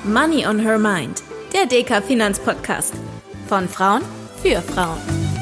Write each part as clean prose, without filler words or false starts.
Money on Her Mind, der DK Finanzpodcast. Von Frauen für Frauen.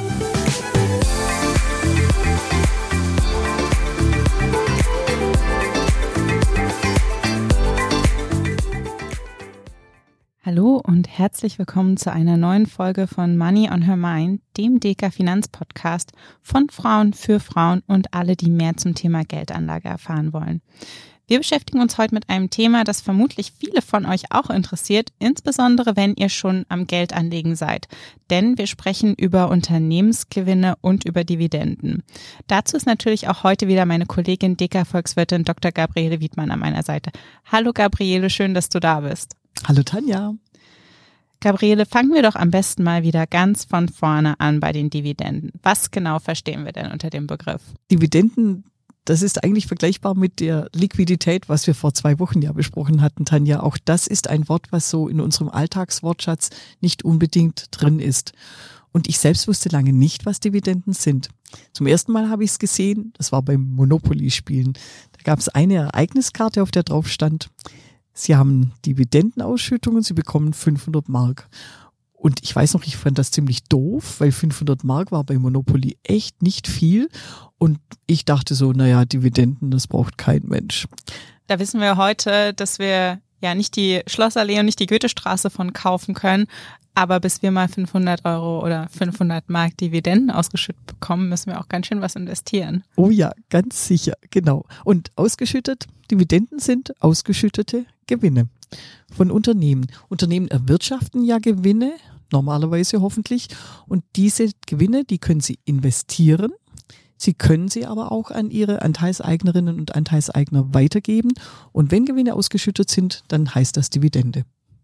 Hallo und herzlich willkommen zu einer neuen Folge von Money on Her Mind, dem DK Finanzpodcast von Frauen für Frauen und alle, die mehr zum Thema Geldanlage erfahren wollen. Wir beschäftigen uns heute mit einem Thema, das vermutlich viele von euch auch interessiert, insbesondere wenn ihr schon am Geldanlegen seid. Denn wir sprechen über Unternehmensgewinne und über Dividenden. Dazu ist natürlich auch heute wieder meine Kollegin DK-Volkswirtin Dr. Gabriele Wiedmann an meiner Seite. Hallo Gabriele, schön, dass du da bist. Hallo Tanja. Gabriele, fangen wir doch am besten mal wieder ganz von vorne an bei den Dividenden. Was genau verstehen wir denn unter dem Begriff? Dividenden, das ist eigentlich vergleichbar mit der Liquidität, was wir vor 2 Wochen ja besprochen hatten, Tanja. Auch das ist ein Wort, was so in unserem Alltagswortschatz nicht unbedingt drin ist. Und ich selbst wusste lange nicht, was Dividenden sind. Zum ersten Mal habe ich es gesehen, das war beim Monopoly-Spielen. Da gab es eine Ereigniskarte, auf der drauf stand: Sie haben Dividendenausschüttungen, Sie bekommen 500 Mark. Und ich weiß noch, ich fand das ziemlich doof, weil 500 Mark war bei Monopoly echt nicht viel. Und ich dachte so, naja, Dividenden, das braucht kein Mensch. Da wissen wir heute, dass wir ja nicht die Schlossallee und nicht die Goethestraße von kaufen können. Aber bis wir mal 500 Euro oder 500 Mark Dividenden ausgeschüttet bekommen, müssen wir auch ganz schön was investieren. Oh ja, ganz sicher, genau. Und ausgeschüttet, Dividenden sind ausgeschüttete Gewinne von Unternehmen. Unternehmen erwirtschaften ja Gewinne, normalerweise hoffentlich. Und diese Gewinne, die können sie investieren. Sie können sie aber auch an ihre Anteilseignerinnen und Anteilseigner weitergeben. Und wenn Gewinne ausgeschüttet sind, dann heißt das Dividende.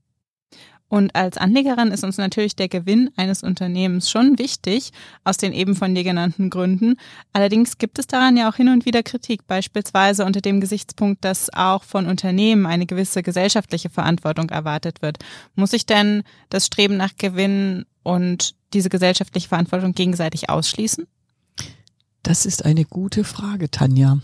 Und als Anlegerin ist uns natürlich der Gewinn eines Unternehmens schon wichtig, aus den eben von dir genannten Gründen. Allerdings gibt es daran ja auch hin und wieder Kritik, beispielsweise unter dem Gesichtspunkt, dass auch von Unternehmen eine gewisse gesellschaftliche Verantwortung erwartet wird. Muss sich denn das Streben nach Gewinn und diese gesellschaftliche Verantwortung gegenseitig ausschließen? Das ist eine gute Frage, Tanja.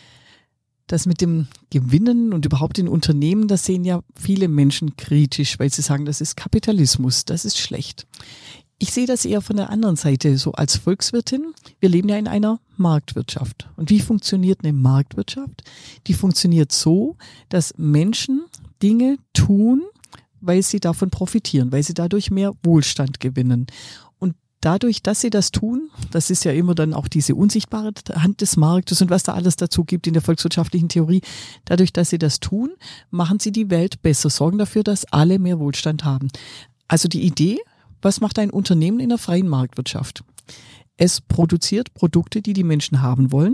Das mit dem Gewinnen und überhaupt in Unternehmen, das sehen ja viele Menschen kritisch, weil sie sagen, das ist Kapitalismus, das ist schlecht. Ich sehe das eher von der anderen Seite, so als Volkswirtin. Wir leben ja in einer Marktwirtschaft. Und wie funktioniert eine Marktwirtschaft? Die funktioniert so, dass Menschen Dinge tun, weil sie davon profitieren, weil sie dadurch mehr Wohlstand gewinnen. Dadurch, dass sie das tun, das ist ja immer dann auch diese unsichtbare Hand des Marktes und was da alles dazu gibt in der volkswirtschaftlichen Theorie, dadurch, dass sie das tun, machen sie die Welt besser, sorgen dafür, dass alle mehr Wohlstand haben. Also die Idee, was macht ein Unternehmen in der freien Marktwirtschaft? Es produziert Produkte, die die Menschen haben wollen.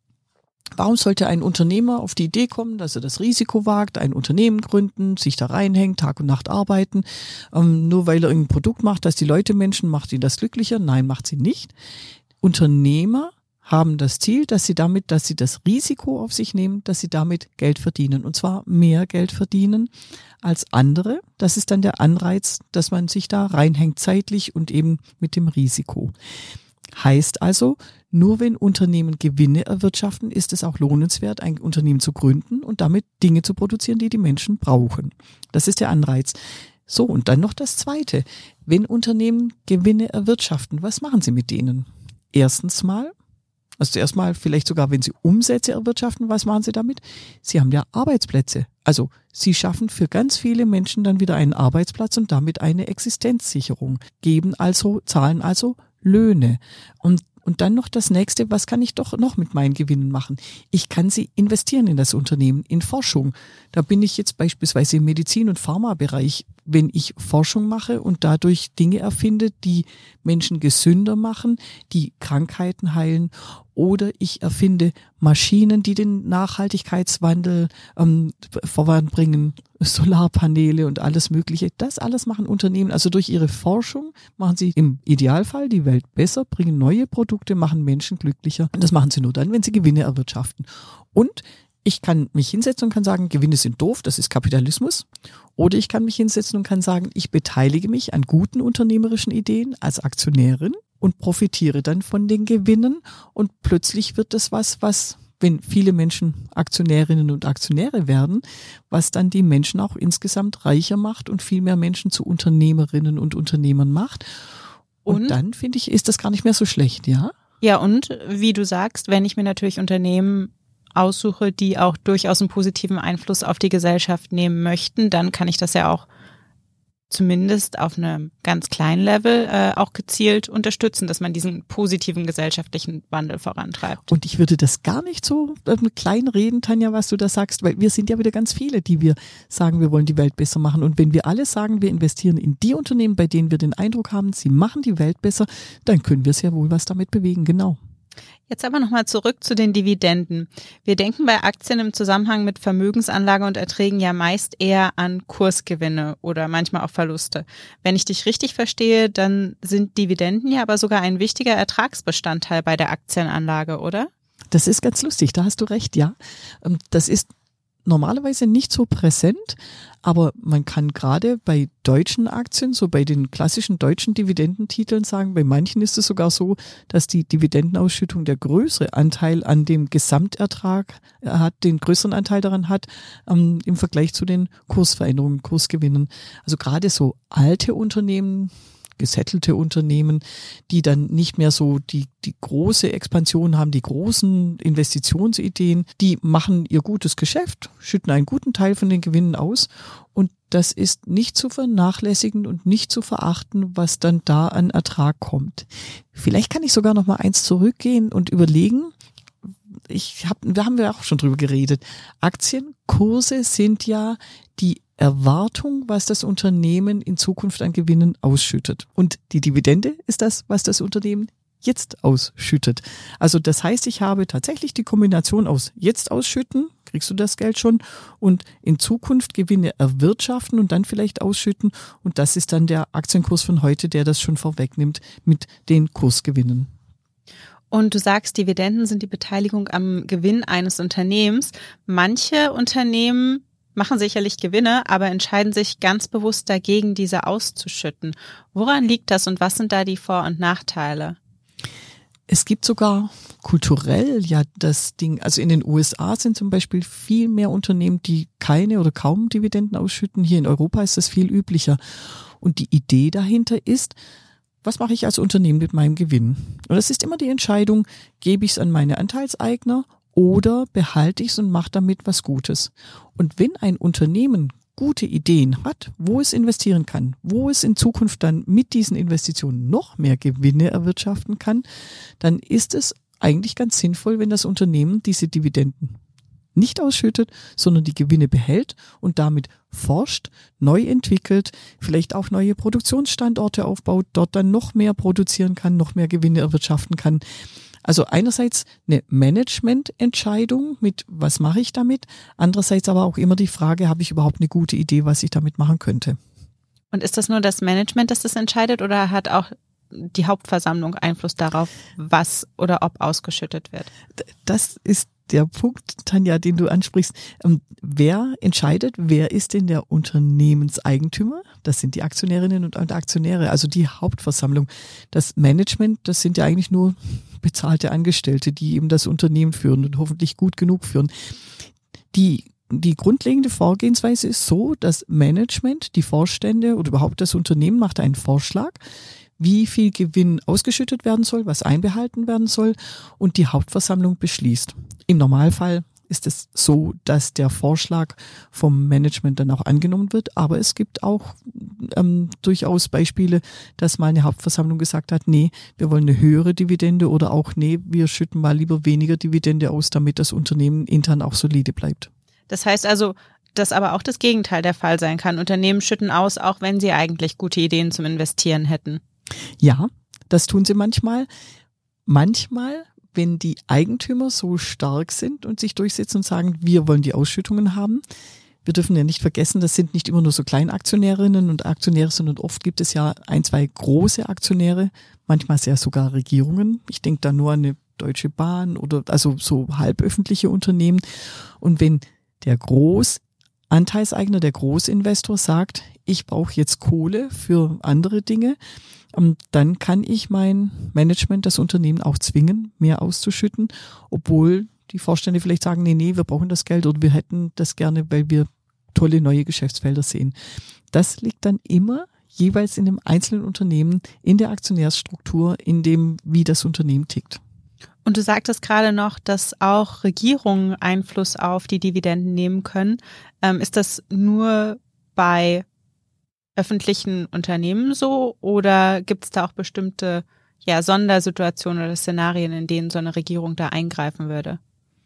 Warum sollte ein Unternehmer auf die Idee kommen, dass er das Risiko wagt, ein Unternehmen gründen, sich da reinhängt, Tag und Nacht arbeiten, nur weil er irgendein Produkt macht, das die Leute Menschen, macht ihn das glücklicher? Nein, macht sie nicht. Unternehmer haben das Ziel, dass sie das Risiko auf sich nehmen, dass sie damit Geld verdienen. Und zwar mehr Geld verdienen als andere. Das ist dann der Anreiz, dass man sich da reinhängt zeitlich und eben mit dem Risiko. Heißt also, nur wenn Unternehmen Gewinne erwirtschaften, ist es auch lohnenswert, ein Unternehmen zu gründen und damit Dinge zu produzieren, die die Menschen brauchen. Das ist der Anreiz. So, und dann noch das Zweite. Wenn Unternehmen Gewinne erwirtschaften, was machen sie mit denen? Erstens mal, also zuerst mal vielleicht sogar, wenn sie Umsätze erwirtschaften, was machen sie damit? Sie haben ja Arbeitsplätze. Also sie schaffen für ganz viele Menschen dann wieder einen Arbeitsplatz und damit eine Existenzsicherung, zahlen also Löhne. Und dann noch das Nächste, was kann ich doch noch mit meinen Gewinnen machen? Ich kann sie investieren in das Unternehmen, in Forschung. Da bin ich jetzt beispielsweise im Medizin- und Pharmabereich, wenn ich Forschung mache und dadurch Dinge erfinde, die Menschen gesünder machen, die Krankheiten heilen, oder ich erfinde Maschinen, die den Nachhaltigkeitswandel voranbringen, Solarpaneele und alles Mögliche. Das alles machen Unternehmen. Also durch ihre Forschung machen sie im Idealfall die Welt besser, bringen neue Produkte, machen Menschen glücklicher. Und das machen sie nur dann, wenn sie Gewinne erwirtschaften. Und ich kann mich hinsetzen und kann sagen, Gewinne sind doof, das ist Kapitalismus. Oder ich kann mich hinsetzen und kann sagen, ich beteilige mich an guten unternehmerischen Ideen als Aktionärin und profitiere dann von den Gewinnen. Und plötzlich wird das was wenn viele Menschen Aktionärinnen und Aktionäre werden, was dann die Menschen auch insgesamt reicher macht und viel mehr Menschen zu Unternehmerinnen und Unternehmern macht. Und dann, finde ich, ist das gar nicht mehr so schlecht, ja? Ja, und wie du sagst, wenn ich mir natürlich Unternehmen aussuche, die auch durchaus einen positiven Einfluss auf die Gesellschaft nehmen möchten, dann kann ich das ja auch zumindest auf einem ganz kleinen Level auch gezielt unterstützen, dass man diesen positiven gesellschaftlichen Wandel vorantreibt. Und ich würde das gar nicht so klein reden, Tanja, was du da sagst, weil wir sind ja wieder ganz viele, die wir sagen, wir wollen die Welt besser machen. Und wenn wir alle sagen, wir investieren in die Unternehmen, bei denen wir den Eindruck haben, sie machen die Welt besser, dann können wir sehr wohl was damit bewegen, genau. Jetzt aber nochmal zurück zu den Dividenden. Wir denken bei Aktien im Zusammenhang mit Vermögensanlage und Erträgen ja meist eher an Kursgewinne oder manchmal auch Verluste. Wenn ich dich richtig verstehe, dann sind Dividenden ja aber sogar ein wichtiger Ertragsbestandteil bei der Aktienanlage, oder? Das ist ganz lustig, da hast du recht, ja. Das ist normalerweise nicht so präsent, aber man kann gerade bei deutschen Aktien, so bei den klassischen deutschen Dividendentiteln sagen, bei manchen ist es sogar so, dass die Dividendenausschüttung der größere Anteil an dem Gesamtertrag hat, den größeren Anteil daran hat, im Vergleich zu den Kursveränderungen, Kursgewinnen. Also gerade so alte Unternehmen, gesettelte Unternehmen, die dann nicht mehr so die große Expansion haben, die großen Investitionsideen, die machen ihr gutes Geschäft, schütten einen guten Teil von den Gewinnen aus und das ist nicht zu vernachlässigen und nicht zu verachten, was dann da an Ertrag kommt. Vielleicht kann ich sogar noch mal eins zurückgehen und überlegen, da haben wir auch schon drüber geredet. Aktienkurse sind ja die Erwartung, was das Unternehmen in Zukunft an Gewinnen ausschüttet. Und die Dividende ist das, was das Unternehmen jetzt ausschüttet. Also das heißt, ich habe tatsächlich die Kombination aus jetzt ausschütten, kriegst du das Geld schon, und in Zukunft Gewinne erwirtschaften und dann vielleicht ausschütten. Und das ist dann der Aktienkurs von heute, der das schon vorwegnimmt mit den Kursgewinnen. Und du sagst, Dividenden sind die Beteiligung am Gewinn eines Unternehmens. Manche Unternehmen machen sicherlich Gewinne, aber entscheiden sich ganz bewusst dagegen, diese auszuschütten. Woran liegt das und was sind da die Vor- und Nachteile? Es gibt sogar kulturell ja das Ding, also in den USA sind zum Beispiel viel mehr Unternehmen, die keine oder kaum Dividenden ausschütten. Hier in Europa ist das viel üblicher. Und die Idee dahinter ist, was mache ich als Unternehmen mit meinem Gewinn? Und das ist immer die Entscheidung, gebe ich es an meine Anteilseigner oder behalte ich es und mache damit was Gutes. Und wenn ein Unternehmen gute Ideen hat, wo es investieren kann, wo es in Zukunft dann mit diesen Investitionen noch mehr Gewinne erwirtschaften kann, dann ist es eigentlich ganz sinnvoll, wenn das Unternehmen diese Dividenden nicht ausschüttet, sondern die Gewinne behält und damit forscht, neu entwickelt, vielleicht auch neue Produktionsstandorte aufbaut, dort dann noch mehr produzieren kann, noch mehr Gewinne erwirtschaften kann. Also einerseits eine Managemententscheidung mit, was mache ich damit? Andererseits aber auch immer die Frage, habe ich überhaupt eine gute Idee, was ich damit machen könnte? Und ist das nur das Management, das entscheidet, oder hat auch die Hauptversammlung Einfluss darauf, was oder ob ausgeschüttet wird? Das ist der Punkt, Tanja, den du ansprichst. Wer entscheidet, wer ist denn der Unternehmenseigentümer? Das sind die Aktionärinnen und Aktionäre, also die Hauptversammlung. Das Management, das sind ja eigentlich nur bezahlte Angestellte, die eben das Unternehmen führen und hoffentlich gut genug führen. Die grundlegende Vorgehensweise ist so, das Management, die Vorstände oder überhaupt das Unternehmen macht einen Vorschlag, wie viel Gewinn ausgeschüttet werden soll, was einbehalten werden soll, und die Hauptversammlung beschließt. Im Normalfall ist es so, dass der Vorschlag vom Management dann auch angenommen wird, aber es gibt auch durchaus Beispiele, dass mal eine Hauptversammlung gesagt hat, nee, wir wollen eine höhere Dividende, oder auch, nee, wir schütten mal lieber weniger Dividende aus, damit das Unternehmen intern auch solide bleibt. Das heißt also, dass aber auch das Gegenteil der Fall sein kann. Unternehmen schütten aus, auch wenn sie eigentlich gute Ideen zum Investieren hätten. Ja, das tun sie manchmal. Manchmal, wenn die Eigentümer so stark sind und sich durchsetzen und sagen, wir wollen die Ausschüttungen haben. Wir dürfen ja nicht vergessen, das sind nicht immer nur so Kleinaktionärinnen und Aktionäre, sondern oft gibt es ja 1, 2 große Aktionäre, manchmal sehr sogar Regierungen. Ich denke da nur an eine Deutsche Bahn oder also so halböffentliche Unternehmen. Und wenn der Großanteilseigner, der Großinvestor sagt, ich brauche jetzt Kohle für andere Dinge, dann kann ich mein Management, das Unternehmen auch zwingen, mehr auszuschütten, obwohl die Vorstände vielleicht sagen, nee, wir brauchen das Geld oder wir hätten das gerne, weil wir tolle neue Geschäftsfelder sehen. Das liegt dann immer jeweils in dem einzelnen Unternehmen, in der Aktionärsstruktur, in dem, wie das Unternehmen tickt. Und du sagtest gerade noch, dass auch Regierungen Einfluss auf die Dividenden nehmen können. Ist das nur bei öffentlichen Unternehmen so oder gibt es da auch bestimmte Sondersituationen oder Szenarien, in denen so eine Regierung da eingreifen würde?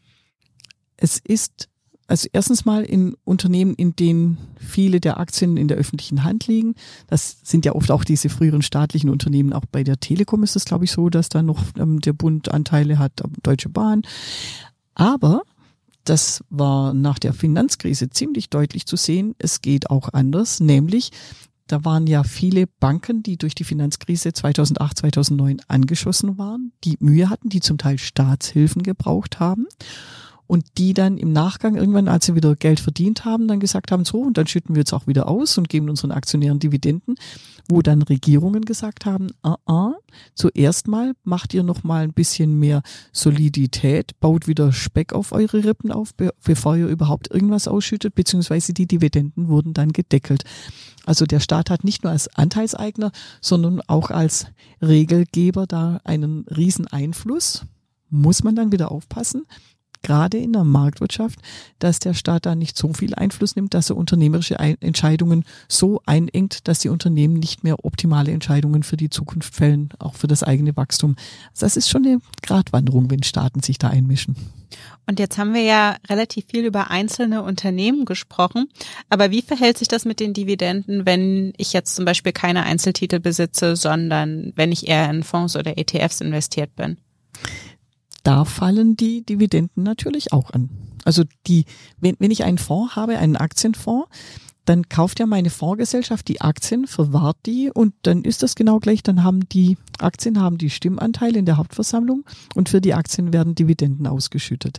Es ist also erstens mal in Unternehmen, in denen viele der Aktien in der öffentlichen Hand liegen. Das sind ja oft auch diese früheren staatlichen Unternehmen. Auch bei der Telekom ist es, glaube ich, so, dass da noch der Bund Anteile hat, Deutsche Bahn. Aber das war nach der Finanzkrise ziemlich deutlich zu sehen. Es geht auch anders, nämlich da waren ja viele Banken, die durch die Finanzkrise 2008, 2009 angeschossen waren, die Mühe hatten, die zum Teil Staatshilfen gebraucht haben. Und die dann im Nachgang irgendwann, als sie wieder Geld verdient haben, dann gesagt haben, so, und dann schütten wir jetzt auch wieder aus und geben unseren Aktionären Dividenden, wo dann Regierungen gesagt haben, zuerst mal macht ihr noch mal ein bisschen mehr Solidität, baut wieder Speck auf eure Rippen auf, bevor ihr überhaupt irgendwas ausschüttet, beziehungsweise die Dividenden wurden dann gedeckelt. Also der Staat hat nicht nur als Anteilseigner, sondern auch als Regelgeber da einen riesen Einfluss. Muss man dann wieder aufpassen, gerade in der Marktwirtschaft, dass der Staat da nicht so viel Einfluss nimmt, dass er unternehmerische Entscheidungen so einengt, dass die Unternehmen nicht mehr optimale Entscheidungen für die Zukunft fällen, auch für das eigene Wachstum. Das ist schon eine Gratwanderung, wenn Staaten sich da einmischen. Und jetzt haben wir ja relativ viel über einzelne Unternehmen gesprochen. Aber wie verhält sich das mit den Dividenden, wenn ich jetzt zum Beispiel keine Einzeltitel besitze, sondern wenn ich eher in Fonds oder ETFs investiert bin? Da fallen die Dividenden natürlich auch an. Also wenn ich einen Fonds habe, einen Aktienfonds, dann kauft ja meine Fondsgesellschaft die Aktien, verwahrt die und dann ist das genau gleich, dann haben die Aktien die Stimmanteile in der Hauptversammlung und für die Aktien werden Dividenden ausgeschüttet.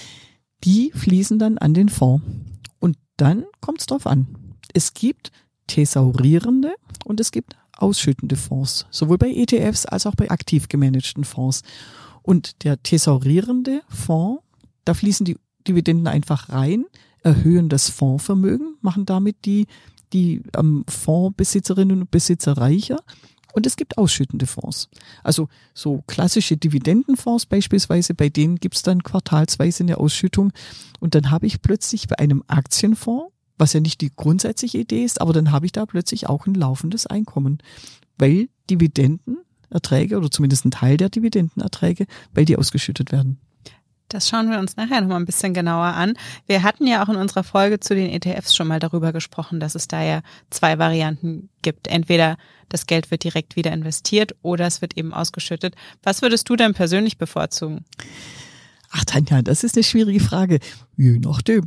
Die fließen dann an den Fonds und dann kommt es drauf an. Es gibt thesaurierende und es gibt ausschüttende Fonds, sowohl bei ETFs als auch bei aktiv gemanagten Fonds. Und der thesaurierende Fonds, da fließen die Dividenden einfach rein, erhöhen das Fondsvermögen, machen damit die Fondsbesitzerinnen und Besitzer reicher. Und es gibt ausschüttende Fonds. Also so klassische Dividendenfonds beispielsweise, bei denen gibt's dann quartalsweise eine Ausschüttung. Und dann habe ich plötzlich bei einem Aktienfonds, was ja nicht die grundsätzliche Idee ist, aber dann habe ich da plötzlich auch ein laufendes Einkommen, weil Dividendenerträge oder zumindest ein Teil der Dividendenerträge, weil die ausgeschüttet werden. Das schauen wir uns nachher nochmal ein bisschen genauer an. Wir hatten ja auch in unserer Folge zu den ETFs schon mal darüber gesprochen, dass es da ja 2 Varianten gibt. Entweder das Geld wird direkt wieder investiert oder es wird eben ausgeschüttet. Was würdest du denn persönlich bevorzugen? Ach Tanja, das ist eine schwierige Frage. Je nachdem.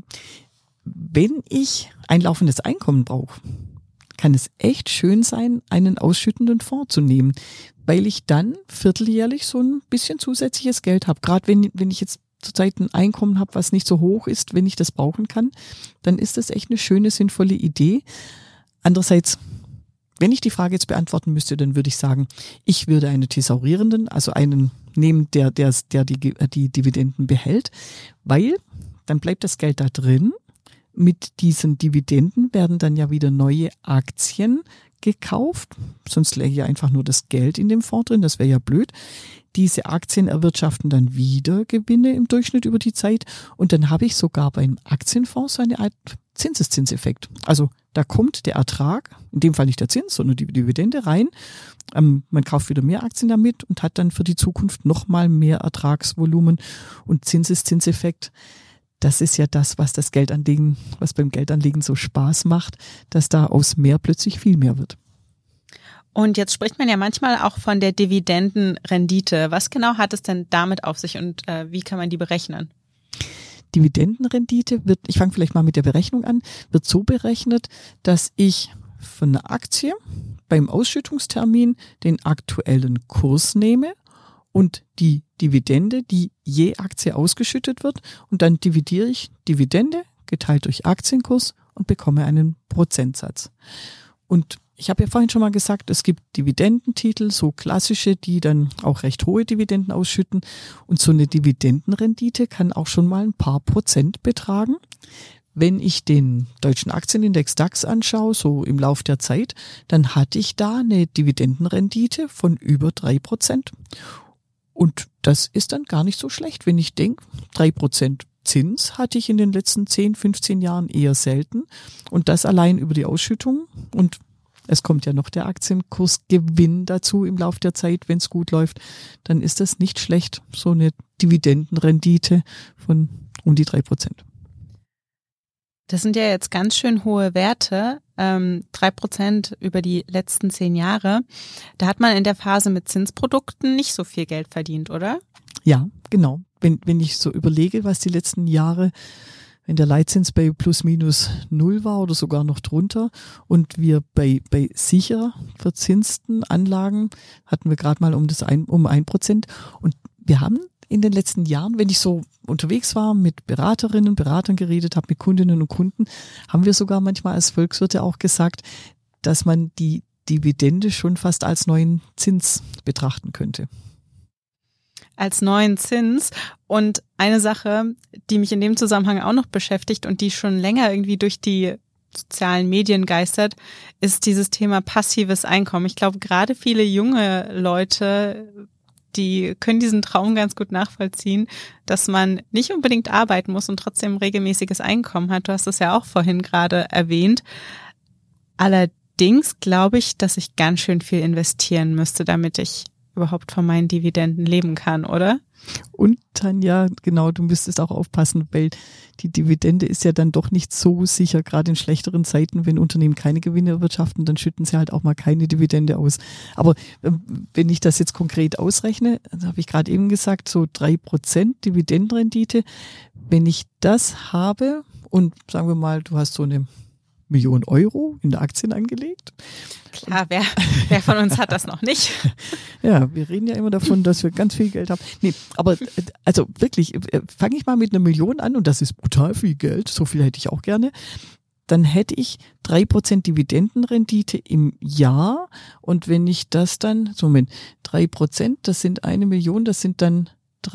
Wenn ich ein laufendes Einkommen brauche, kann es echt schön sein, einen ausschüttenden Fonds zu nehmen, weil ich dann vierteljährlich so ein bisschen zusätzliches Geld habe. Gerade wenn ich jetzt zurzeit ein Einkommen habe, was nicht so hoch ist, wenn ich das brauchen kann, dann ist das echt eine schöne, sinnvolle Idee. Andererseits, wenn ich die Frage jetzt beantworten müsste, dann würde ich sagen, ich würde einen thesaurierenden, also einen nehmen, der die Dividenden behält, weil dann bleibt das Geld da drin. Mit diesen Dividenden werden dann ja wieder neue Aktien gekauft. Sonst läge ja einfach nur das Geld in dem Fonds drin. Das wäre ja blöd. Diese Aktien erwirtschaften dann wieder Gewinne im Durchschnitt über die Zeit. Und dann habe ich sogar beim Aktienfonds so eine Art Zinseszinseffekt. Also da kommt der Ertrag, in dem Fall nicht der Zins, sondern die Dividende rein. Man kauft wieder mehr Aktien damit und hat dann für die Zukunft nochmal mehr Ertragsvolumen und Zinseszinseffekt. Das ist ja das, was beim Geldanlegen so Spaß macht, dass da aus mehr plötzlich viel mehr wird. Und jetzt spricht man ja manchmal auch von der Dividendenrendite. Was genau hat es denn damit auf sich und wie kann man die berechnen? Dividendenrendite ich fange vielleicht mal mit der Berechnung an, wird so berechnet, dass ich von einer Aktie beim Ausschüttungstermin den aktuellen Kurs nehme und die Dividende, die je Aktie ausgeschüttet wird, und dann dividiere ich Dividende geteilt durch Aktienkurs und bekomme einen Prozentsatz. Und ich habe ja vorhin schon mal gesagt, es gibt Dividendentitel, so klassische, die dann auch recht hohe Dividenden ausschütten. Und so eine Dividendenrendite kann auch schon mal ein paar Prozent betragen. Wenn ich den deutschen Aktienindex DAX anschaue, so im Lauf der Zeit, dann hatte ich da eine Dividendenrendite von über 3%. Und das ist dann gar nicht so schlecht, wenn ich denke, 3% Zins hatte ich in den letzten 10, 15 Jahren eher selten. Und das allein über die Ausschüttung. Und es kommt ja noch der Aktienkursgewinn dazu im Lauf der Zeit, wenn es gut läuft. Dann ist das nicht schlecht, so eine Dividendenrendite von um die 3%. Das sind ja jetzt ganz schön hohe Werte, 3% über die letzten 10 Jahre. Da hat man in der Phase mit Zinsprodukten nicht so viel Geld verdient, oder? Ja, genau. Wenn ich so überlege, was die letzten Jahre, wenn der Leitzins bei plus minus 0 war oder sogar noch drunter und wir bei sicher verzinsten Anlagen hatten wir gerade mal um 1%. Und wir haben in den letzten Jahren, wenn ich so unterwegs war, mit Beraterinnen und Beratern geredet habe, mit Kundinnen und Kunden, haben wir sogar manchmal als Volkswirte auch gesagt, dass man die Dividende schon fast als neuen Zins betrachten könnte. Als neuen Zins. Und eine Sache, die mich in dem Zusammenhang auch noch beschäftigt und die schon länger irgendwie durch die sozialen Medien geistert, ist dieses Thema passives Einkommen. Ich glaube, gerade viele junge Leute, die können diesen Traum ganz gut nachvollziehen, dass man nicht unbedingt arbeiten muss und trotzdem ein regelmäßiges Einkommen hat. Du hast es ja auch vorhin gerade erwähnt. Allerdings glaube ich, dass ich ganz schön viel investieren müsste, damit ich überhaupt von meinen Dividenden leben kann, oder? Und Tanja, genau, du müsstest auch aufpassen, weil die Dividende ist ja dann doch nicht so sicher, gerade in schlechteren Zeiten, wenn Unternehmen keine Gewinne erwirtschaften, dann schütten sie halt auch mal keine Dividende aus. Aber wenn ich das jetzt konkret ausrechne, dann habe ich gerade eben gesagt, so 3% Dividendenrendite, wenn ich das habe und sagen wir mal, du hast so eine 1 Million Euro in der Aktien angelegt. Klar, wer von uns hat das noch nicht? Ja, wir reden ja immer davon, dass wir ganz viel Geld haben. Nee, aber also wirklich, fange ich mal mit 1 Million an und das ist brutal viel Geld, so viel hätte ich auch gerne. Dann hätte ich 3% Dividendenrendite im Jahr und wenn ich das dann, so Moment, 3%, das sind 1 Million, das sind dann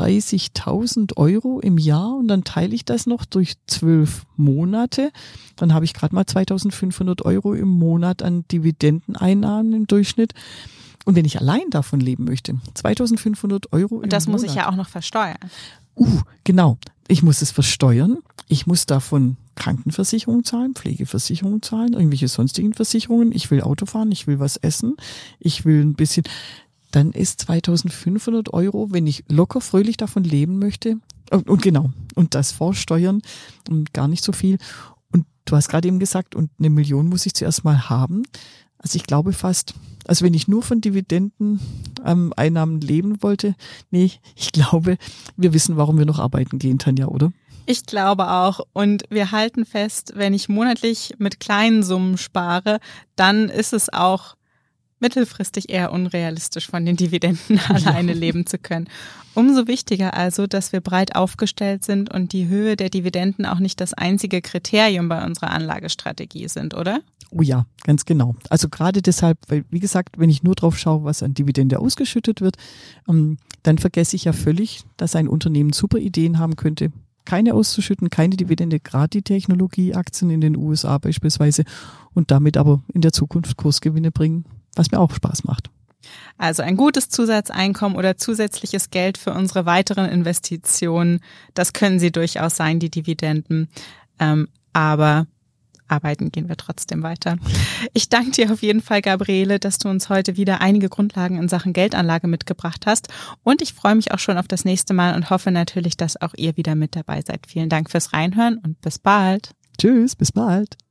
30.000 Euro im Jahr und dann teile ich das noch durch 12 Monate. Dann habe ich gerade mal 2.500 Euro im Monat an Dividendeneinnahmen im Durchschnitt. Und wenn ich allein davon leben möchte, 2.500 Euro im Monat. Und das muss ich ja auch noch versteuern. Genau. Ich muss es versteuern. Ich muss davon Krankenversicherung zahlen, Pflegeversicherung zahlen, irgendwelche sonstigen Versicherungen. Ich will Auto fahren, ich will was essen, ich will ein bisschen. Dann ist 2.500 Euro, wenn ich locker fröhlich davon leben möchte. Und genau, und das vorsteuern und gar nicht so viel. Und du hast gerade eben gesagt, und 1 Million muss ich zuerst mal haben. Also ich glaube fast, also wenn ich nur von Dividendeneinnahmen leben wollte, nee, ich glaube, wir wissen, warum wir noch arbeiten gehen, Tanja, oder? Ich glaube auch. Und wir halten fest, wenn ich monatlich mit kleinen Summen spare, dann ist es auch mittelfristig eher unrealistisch, von den Dividenden alleine leben zu können. Umso wichtiger also, dass wir breit aufgestellt sind und die Höhe der Dividenden auch nicht das einzige Kriterium bei unserer Anlagestrategie sind, oder? Oh ja, ganz genau. Also gerade deshalb, weil wie gesagt, wenn ich nur drauf schaue, was an Dividende ausgeschüttet wird, dann vergesse ich ja völlig, dass ein Unternehmen super Ideen haben könnte, keine auszuschütten, keine Dividende, gerade die Technologieaktien in den USA beispielsweise und damit aber in der Zukunft Kursgewinne bringen, was mir auch Spaß macht. Also ein gutes Zusatzeinkommen oder zusätzliches Geld für unsere weiteren Investitionen, das können sie durchaus sein, die Dividenden, aber arbeiten gehen wir trotzdem weiter. Ich danke dir auf jeden Fall, Gabriele, dass du uns heute wieder einige Grundlagen in Sachen Geldanlage mitgebracht hast und ich freue mich auch schon auf das nächste Mal und hoffe natürlich, dass auch ihr wieder mit dabei seid. Vielen Dank fürs Reinhören und bis bald. Tschüss, bis bald.